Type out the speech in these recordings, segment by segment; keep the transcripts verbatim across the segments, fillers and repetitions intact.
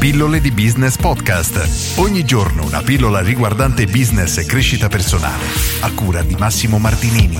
Pillole di Business Podcast. Ogni giorno una pillola riguardante business e crescita personale. A cura di Massimo Martinini.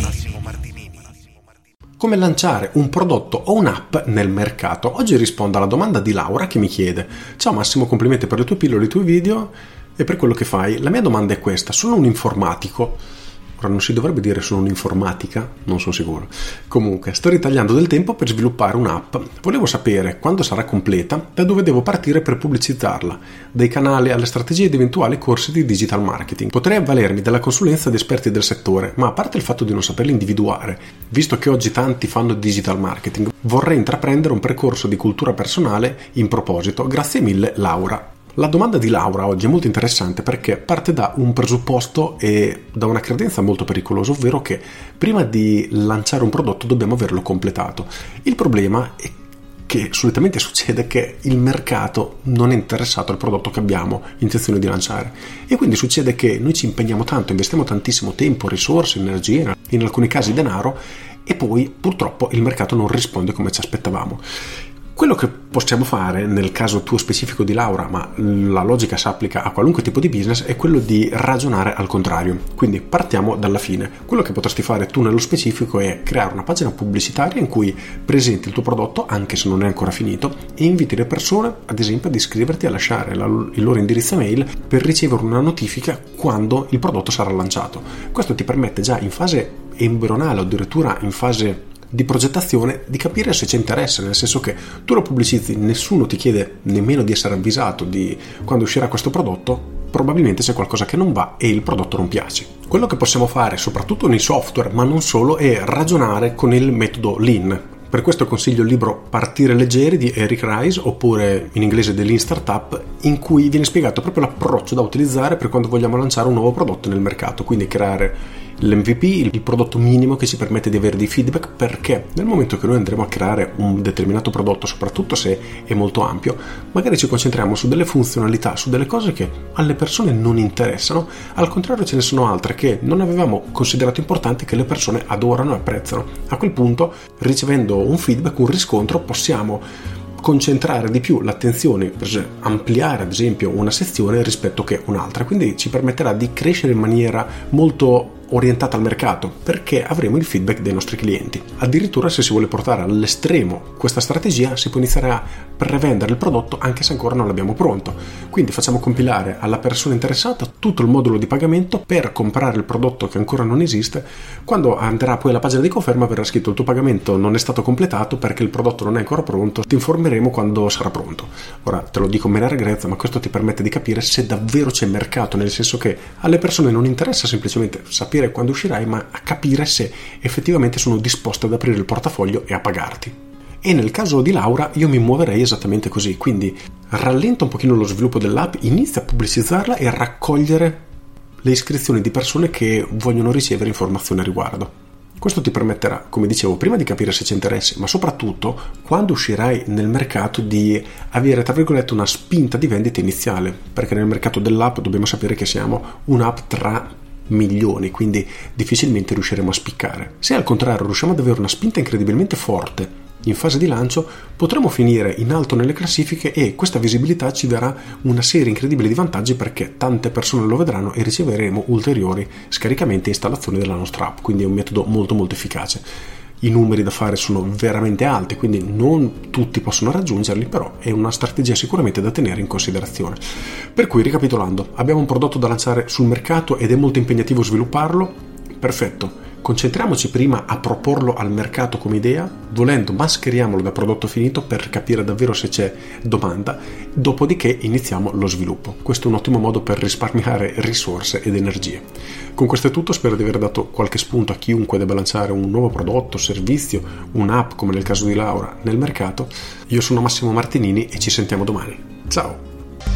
Come lanciare un prodotto o un'app nel mercato? Oggi rispondo alla domanda di Laura che mi chiede: ciao Massimo, complimenti per le tue pillole, i tuoi video e per quello che fai. La mia domanda è questa: sono un informatico. Ora non si dovrebbe dire sono un'informatica? Non sono sicuro. Comunque, sto ritagliando del tempo per sviluppare un'app. Volevo sapere, quando sarà completa, da dove devo partire per pubblicizzarla, dai canali alle strategie ed eventuali corsi di digital marketing. Potrei avvalermi della consulenza di esperti del settore, ma a parte il fatto di non saperli individuare, visto che oggi tanti fanno digital marketing, vorrei intraprendere un percorso di cultura personale in proposito. Grazie mille, Laura. La domanda di Laura oggi è molto interessante perché parte da un presupposto e da una credenza molto pericolosa, ovvero che prima di lanciare un prodotto dobbiamo averlo completato. Il problema è che solitamente succede che il mercato non è interessato al prodotto che abbiamo intenzione di lanciare e quindi succede che noi ci impegniamo tanto, investiamo tantissimo tempo, risorse, energie, in alcuni casi denaro, e poi purtroppo il mercato non risponde come ci aspettavamo. Quello che possiamo fare nel caso tuo specifico di Laura, ma la logica si applica a qualunque tipo di business, è quello di ragionare al contrario. Quindi partiamo dalla fine. Quello che potresti fare tu nello specifico è creare una pagina pubblicitaria in cui presenti il tuo prodotto, anche se non è ancora finito, e inviti le persone, ad esempio, ad iscriverti e a lasciare la, il loro indirizzo mail per ricevere una notifica quando il prodotto sarà lanciato. Questo ti permette già in fase embrionale o addirittura in fase di progettazione di capire se c'è interesse, nel senso che tu lo pubblicizzi, nessuno ti chiede nemmeno di essere avvisato di quando uscirà questo prodotto, probabilmente c'è qualcosa che non va e il prodotto non piace. Quello che possiamo fare, soprattutto nei software, ma non solo, è ragionare con il metodo Lean. Per questo consiglio il libro Partire leggeri di Eric Ries, oppure in inglese The Lean Startup, in cui viene spiegato proprio l'approccio da utilizzare per quando vogliamo lanciare un nuovo prodotto nel mercato, quindi creare l'M V P, il prodotto minimo che ci permette di avere dei feedback, perché nel momento che noi andremo a creare un determinato prodotto, soprattutto se è molto ampio, magari ci concentriamo su delle funzionalità, su delle cose che alle persone non interessano, al contrario ce ne sono altre che non avevamo considerato importanti che le persone adorano e apprezzano. A quel punto, ricevendo un feedback, un riscontro, possiamo concentrare di più l'attenzione, per ampliare ad esempio una sezione rispetto che un'altra, quindi ci permetterà di crescere in maniera molto orientata al mercato, perché avremo il feedback dei nostri clienti. Addirittura, se si vuole portare all'estremo questa strategia, si può iniziare a prevendere il prodotto anche se ancora non l'abbiamo pronto, quindi facciamo compilare alla persona interessata tutto il modulo di pagamento per comprare il prodotto che ancora non esiste. Quando andrà poi alla pagina di conferma verrà scritto: il tuo pagamento non è stato completato perché il prodotto non è ancora pronto, ti informeremo quando sarà pronto. Ora te lo dico meno regrezza, ma questo ti permette di capire se davvero c'è mercato, nel senso che alle persone non interessa semplicemente sapere quando uscirai, ma a capire se effettivamente sono disposte ad aprire il portafoglio e a pagarti. E nel caso di Laura io mi muoverei esattamente così, quindi rallenta un pochino lo sviluppo dell'app, inizia a pubblicizzarla e a raccogliere le iscrizioni di persone che vogliono ricevere informazioni a riguardo. Questo ti permetterà, come dicevo, prima di capire se c'è interesse, ma soprattutto quando uscirai nel mercato di avere, tra virgolette, una spinta di vendita iniziale, perché nel mercato dell'app dobbiamo sapere che siamo un'app tra milioni, quindi difficilmente riusciremo a spiccare. Se al contrario riusciamo ad avere una spinta incredibilmente forte in fase di lancio, potremo finire in alto nelle classifiche e questa visibilità ci darà una serie incredibile di vantaggi, perché tante persone lo vedranno e riceveremo ulteriori scaricamenti e installazioni della nostra app, quindi è un metodo molto molto efficace. I numeri da fare sono veramente alti, quindi non tutti possono raggiungerli, però è una strategia sicuramente da tenere in considerazione. Per cui, ricapitolando, abbiamo un prodotto da lanciare sul mercato ed è molto impegnativo svilupparlo. Perfetto. Concentriamoci prima a proporlo al mercato come idea, volendo mascheriamolo da prodotto finito per capire davvero se c'è domanda, dopodiché iniziamo lo sviluppo. Questo è un ottimo modo per risparmiare risorse ed energie. Con questo è tutto, spero di aver dato qualche spunto a chiunque debba lanciare un nuovo prodotto, servizio, un'app come nel caso di Laura nel mercato. Io sono Massimo Martinini e ci sentiamo domani. Ciao!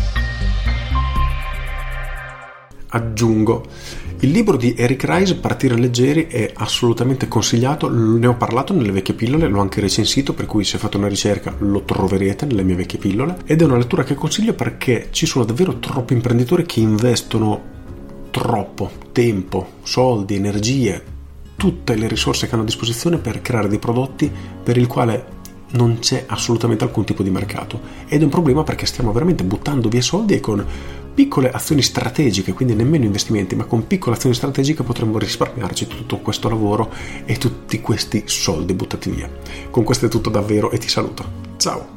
Aggiungo, il libro di Eric Ries, Partire leggeri, è assolutamente consigliato, ne ho parlato nelle vecchie pillole, l'ho anche recensito, per cui se fate una ricerca lo troverete nelle mie vecchie pillole, ed è una lettura che consiglio perché ci sono davvero troppi imprenditori che investono troppo tempo, soldi, energie, tutte le risorse che hanno a disposizione per creare dei prodotti per il quale non c'è assolutamente alcun tipo di mercato, ed è un problema perché stiamo veramente buttando via soldi, e con piccole azioni strategiche, quindi nemmeno investimenti, ma con piccole azioni strategiche potremmo risparmiarci tutto questo lavoro e tutti questi soldi buttati via. Con questo è tutto davvero, e ti saluto. Ciao!